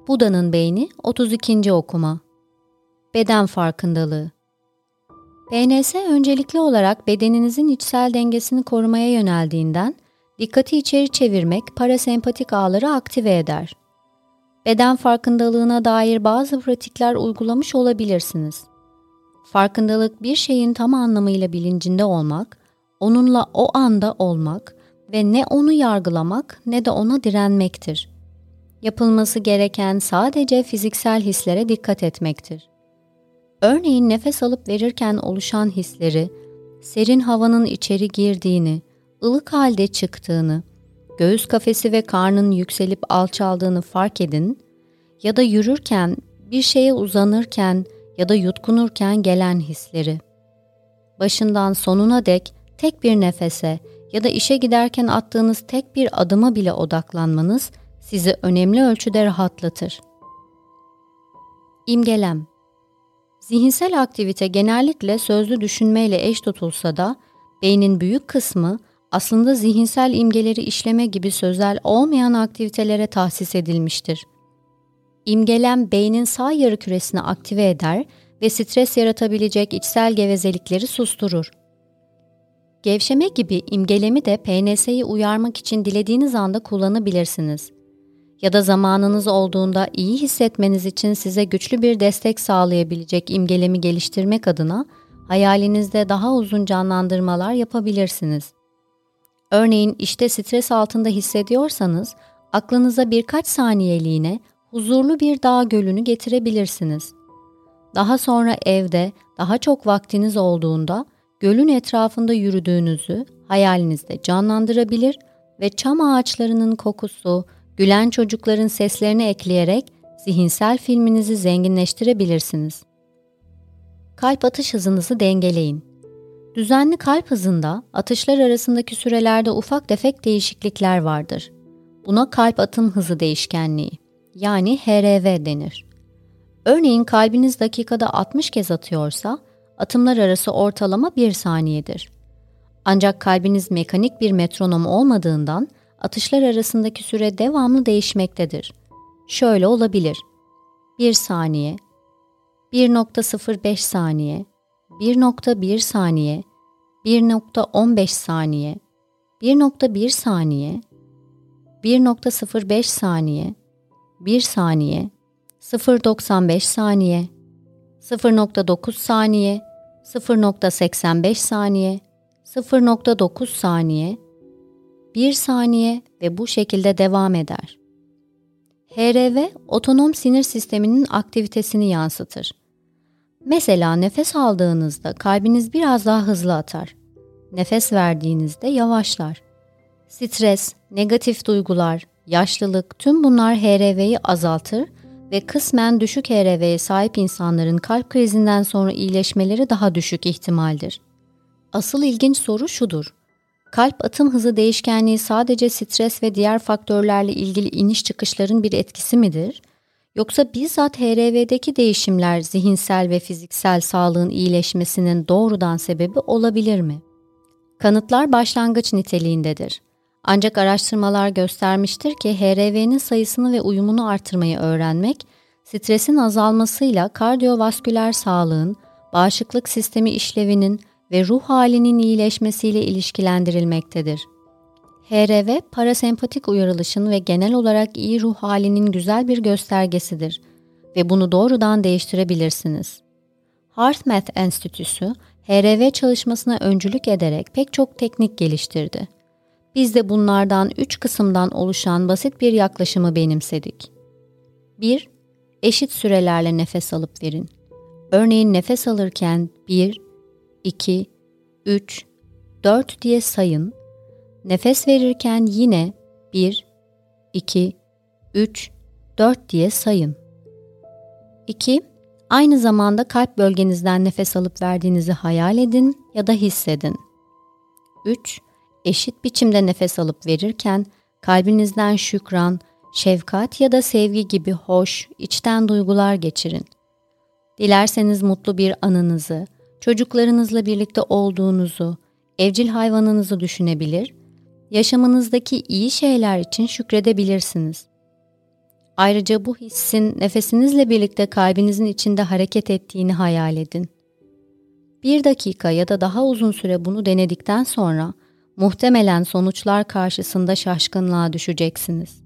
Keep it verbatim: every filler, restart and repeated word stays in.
Buda'nın Beyni otuz ikinci okuma. Beden farkındalığı. P N S öncelikli olarak bedeninizin içsel dengesini korumaya yöneldiğinden dikkati içeri çevirmek parasempatik ağları aktive eder. Beden farkındalığına dair bazı pratikler uygulamış olabilirsiniz. Farkındalık bir şeyin tam anlamıyla bilincinde olmak, onunla o anda olmak ve ne onu yargılamak ne de ona direnmektir. Yapılması gereken sadece fiziksel hislere dikkat etmektir. Örneğin nefes alıp verirken oluşan hisleri, serin havanın içeri girdiğini, ılık halde çıktığını, göğüs kafesi ve karnın yükselip alçaldığını fark edin ya da yürürken, bir şeye uzanırken ya da yutkunurken gelen hisleri. Başından sonuna dek tek bir nefese ya da işe giderken attığınız tek bir adıma bile odaklanmanız sizi önemli ölçüde rahatlatır. İmgelem. Zihinsel aktivite genellikle sözlü düşünmeyle eş tutulsa da beynin büyük kısmı aslında zihinsel imgeleri işleme gibi sözel olmayan aktivitelere tahsis edilmiştir. İmgelem beynin sağ yarıküresini aktive eder ve stres yaratabilecek içsel gevezelikleri susturur. Gevşeme gibi imgelemi de P N S'yi uyarmak için dilediğiniz anda kullanabilirsiniz. Ya da zamanınız olduğunda iyi hissetmeniz için size güçlü bir destek sağlayabilecek imgelemi geliştirmek adına hayalinizde daha uzun canlandırmalar yapabilirsiniz. Örneğin işte stres altında hissediyorsanız aklınıza birkaç saniyeliğine huzurlu bir dağ gölünü getirebilirsiniz. Daha sonra evde daha çok vaktiniz olduğunda gölün etrafında yürüdüğünüzü hayalinizde canlandırabilir ve çam ağaçlarının kokusu, gülen çocukların seslerini ekleyerek zihinsel filminizi zenginleştirebilirsiniz. Kalp atış hızınızı dengeleyin. Düzenli kalp hızında atışlar arasındaki sürelerde ufak tefek değişiklikler vardır. Buna kalp atım hızı değişkenliği, yani H R V denir. Örneğin kalbiniz dakikada altmış kez atıyorsa, atımlar arası ortalama bir saniyedir. Ancak kalbiniz mekanik bir metronom olmadığından, atışlar arasındaki süre devamlı değişmektedir. Şöyle olabilir: bir saniye, bir nokta sıfır beş saniye, bir nokta bir saniye, bir nokta on beş saniye, bir nokta bir saniye, bir nokta sıfır beş saniye, bir saniye, sıfır nokta doksan beş saniye, sıfır nokta dokuz saniye, sıfır nokta seksen beş saniye, sıfır nokta dokuz saniye, bir saniye ve bu şekilde devam eder. H R V, otonom sinir sisteminin aktivitesini yansıtır. Mesela nefes aldığınızda kalbiniz biraz daha hızlı atar. Nefes verdiğinizde yavaşlar. Stres, negatif duygular, yaşlılık, tüm bunlar H R V'yi azaltır ve kısmen düşük H R V'ye sahip insanların kalp krizinden sonra iyileşmeleri daha düşük ihtimaldir. Asıl ilginç soru şudur: kalp atım hızı değişkenliği sadece stres ve diğer faktörlerle ilgili iniş çıkışların bir etkisi midir? Yoksa bizzat H R V'deki değişimler zihinsel ve fiziksel sağlığın iyileşmesinin doğrudan sebebi olabilir mi? Kanıtlar başlangıç niteliğindedir. Ancak araştırmalar göstermiştir ki H R V'nin sayısını ve uyumunu artırmayı öğrenmek, stresin azalmasıyla kardiyovasküler sağlığın, bağışıklık sistemi işlevinin ve ruh halinin iyileşmesiyle ilişkilendirilmektedir. H R V, parasempatik uyarılışın ve genel olarak iyi ruh halinin güzel bir göstergesidir ve bunu doğrudan değiştirebilirsiniz. HeartMath Enstitüsü, H R V çalışmasına öncülük ederek pek çok teknik geliştirdi. Biz de bunlardan üç kısımdan oluşan basit bir yaklaşımı benimsedik. bir Eşit sürelerle nefes alıp verin. Örneğin nefes alırken bir, iki, üç, dört diye sayın. Nefes verirken yine bir, iki, üç, dört diye sayın. iki Aynı zamanda kalp bölgenizden nefes alıp verdiğinizi hayal edin ya da hissedin. üç Eşit biçimde nefes alıp verirken kalbinizden şükran, şefkat ya da sevgi gibi hoş, içten duygular geçirin. Dilerseniz mutlu bir anınızı, çocuklarınızla birlikte olduğunuzu, evcil hayvanınızı düşünebilir, yaşamınızdaki iyi şeyler için şükredebilirsiniz. Ayrıca bu hissin nefesinizle birlikte kalbinizin içinde hareket ettiğini hayal edin. Bir dakika ya da daha uzun süre bunu denedikten sonra muhtemelen sonuçlar karşısında şaşkınlığa düşeceksiniz.